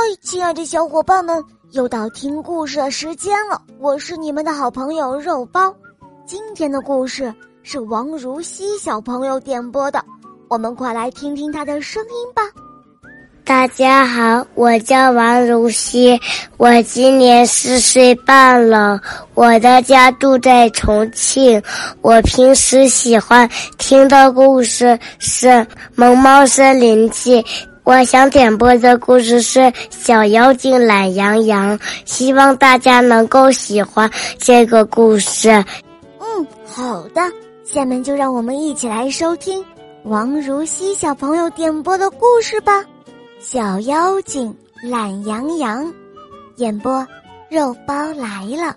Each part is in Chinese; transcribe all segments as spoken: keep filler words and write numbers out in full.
亲爱的小伙伴们，又到听故事的时间了，我是你们的好朋友肉包。今天的故事是王如熙小朋友点播的，我们快来听听他的声音吧。 大家好，我叫王如熙，我今年四岁半了，我的家住在重庆。我平时喜欢听的故事是《萌猫森林记》，我想点播的故事是《小妖精懒羊羊》，希望大家能够喜欢这个故事。 嗯，好的，下面就让我们一起来收听王如熙小朋友点播的故事吧。小妖精懒羊羊，演播肉包来了。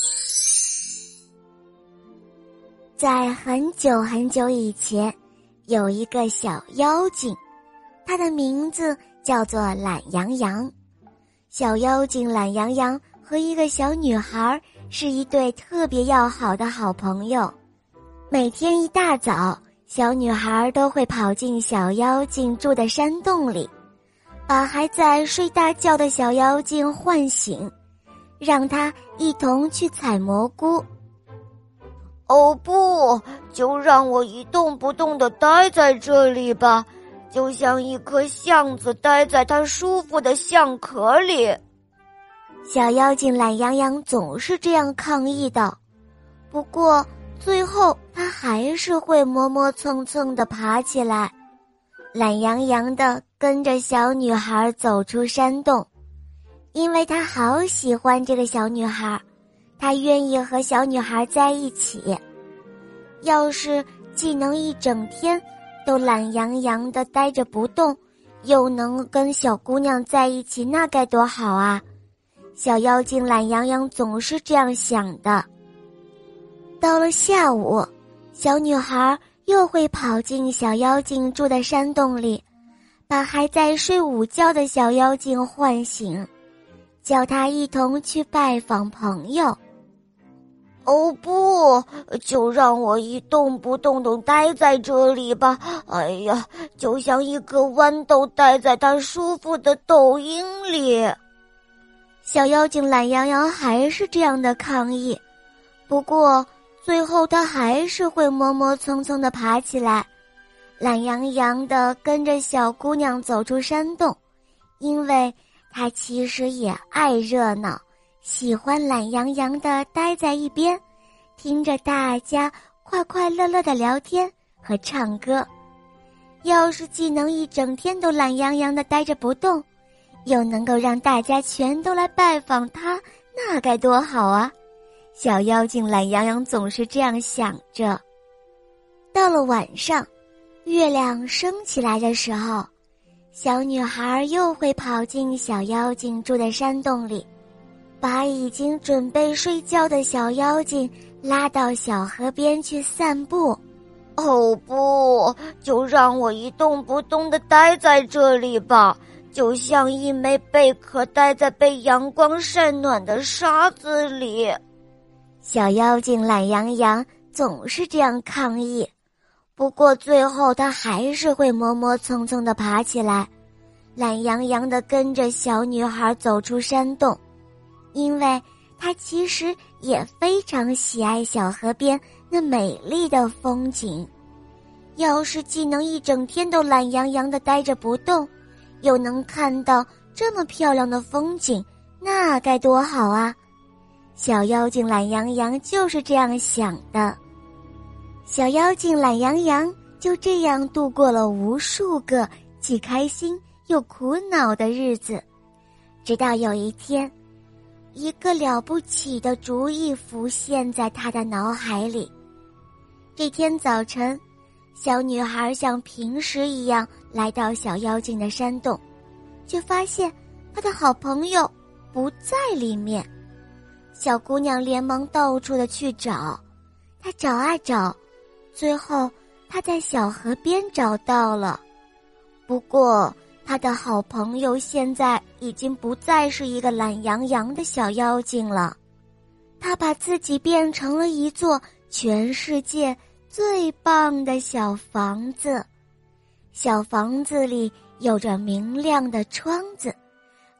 在很久很久以前，有一个小妖精，它的名字叫做懒羊羊。小妖精懒羊羊和一个小女孩是一对特别要好的好朋友。每天一大早，小女孩都会跑进小妖精住的山洞里，把还在睡大觉的小妖精唤醒，让他一同去采蘑菇。 哦不，就让我一动不动地待在这里吧，就像一颗橡子待在它舒服的橡壳里。 小妖精懒羊羊总是这样抗议的，不过最后它还是会磨磨蹭蹭地爬起来，懒洋洋地跟着小女孩走出山洞，因为他好喜欢这个小女孩，他愿意和小女孩在一起。要是既能一整天都懒洋洋地待着不动，又能跟小姑娘在一起，那该多好啊！小妖精懒洋洋总是这样想的。到了下午，小女孩又会跑进小妖精住的山洞里，把还在睡午觉的小妖精唤醒，叫她一同去拜访朋友。 哦不，就让我一动不动地待在这里吧，哎呀，就像一颗豌豆待在它舒服的豆音里。 小妖精懒羊羊还是这样的抗议，不过最后他还是会磨磨蹭蹭地爬起来，懒洋洋地跟着小姑娘走出山洞，因为她其实也爱热闹，喜欢懒洋洋地待在一边，听着大家快快乐乐地聊天和唱歌。要是既能一整天都懒洋洋地待着不动，又能够让大家全都来拜访她，那该多好啊！小妖精懒羊羊总是这样想着。到了晚上，月亮升起来的时候，小女孩又会跑进小妖精住的山洞里，把已经准备睡觉的小妖精拉到小河边去散步。 哦不，就让我一动不动地待在这里吧，就像一枚贝壳待在被阳光晒暖的沙子里。 小妖精懒洋洋总是这样抗议，不过最后他还是会磨磨蹭蹭地爬起来，懒洋洋地跟着小女孩走出山洞，因为他其实也非常喜爱小河边那美丽的风景。要是既能一整天都懒洋洋地待着不动，又能看到这么漂亮的风景，那该多好啊！小妖精懒羊羊就是这样想的。小妖精懒羊羊就这样度过了无数个既开心又苦恼的日子，直到有一天，一个了不起的主意浮现在他的脑海里。这天早晨，小女孩像平时一样来到小妖精的山洞，却发现她的好朋友不在里面。小姑娘连忙到处的去找，她找啊找，最后她在小河边找到了。不过她的好朋友现在已经不再是一个懒洋洋的小妖精了，她把自己变成了一座全世界最棒的小房子。小房子里有着明亮的窗子，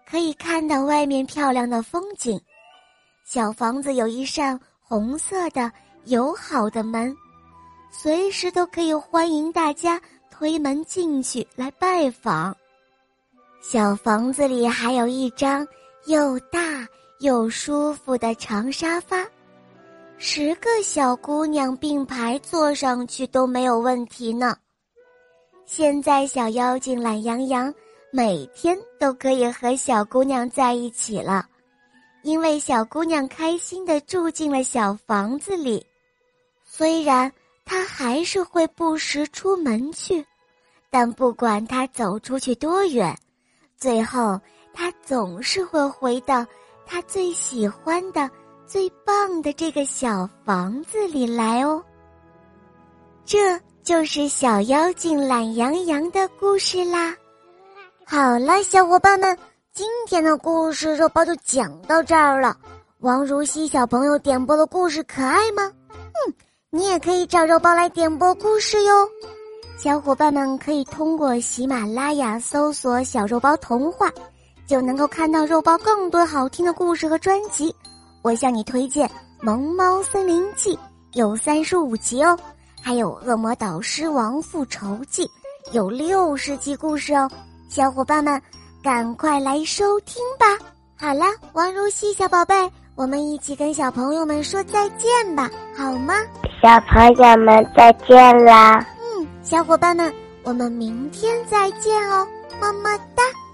可以看到外面漂亮的风景。小房子有一扇红色的友好的门，随时都可以欢迎大家推门进去来拜访。小房子里还有一张又大又舒服的长沙发，十个小姑娘并排坐上去都没有问题呢。现在小妖精懒羊羊每天都可以和小姑娘在一起了，因为小姑娘开心地住进了小房子里。虽然她还是会不时出门去，但不管她走出去多远，最后她总是会回到她最喜欢的最棒的这个小房子里来哦。这就是小妖精懒羊羊的故事啦。 好了，小伙伴们，今天的故事肉包就讲到这儿了。王如熙小朋友点播的故事可爱吗？嗯，你也可以找肉包来点播故事哟。 小伙伴们可以通过喜马拉雅搜索小肉包童话，就能够看到肉包更多好听的故事和专辑。我向你推荐《萌猫森林记》，有三十五集哦，还有《恶魔岛狮王复仇记》，有六十集故事哦。小伙伴们赶快来收听吧。好啦，王如熙小宝贝，我们一起跟小朋友们说再见吧，好吗？ 小朋友们再见啦。 嗯，小伙伴们，我们明天再见哦，么么哒。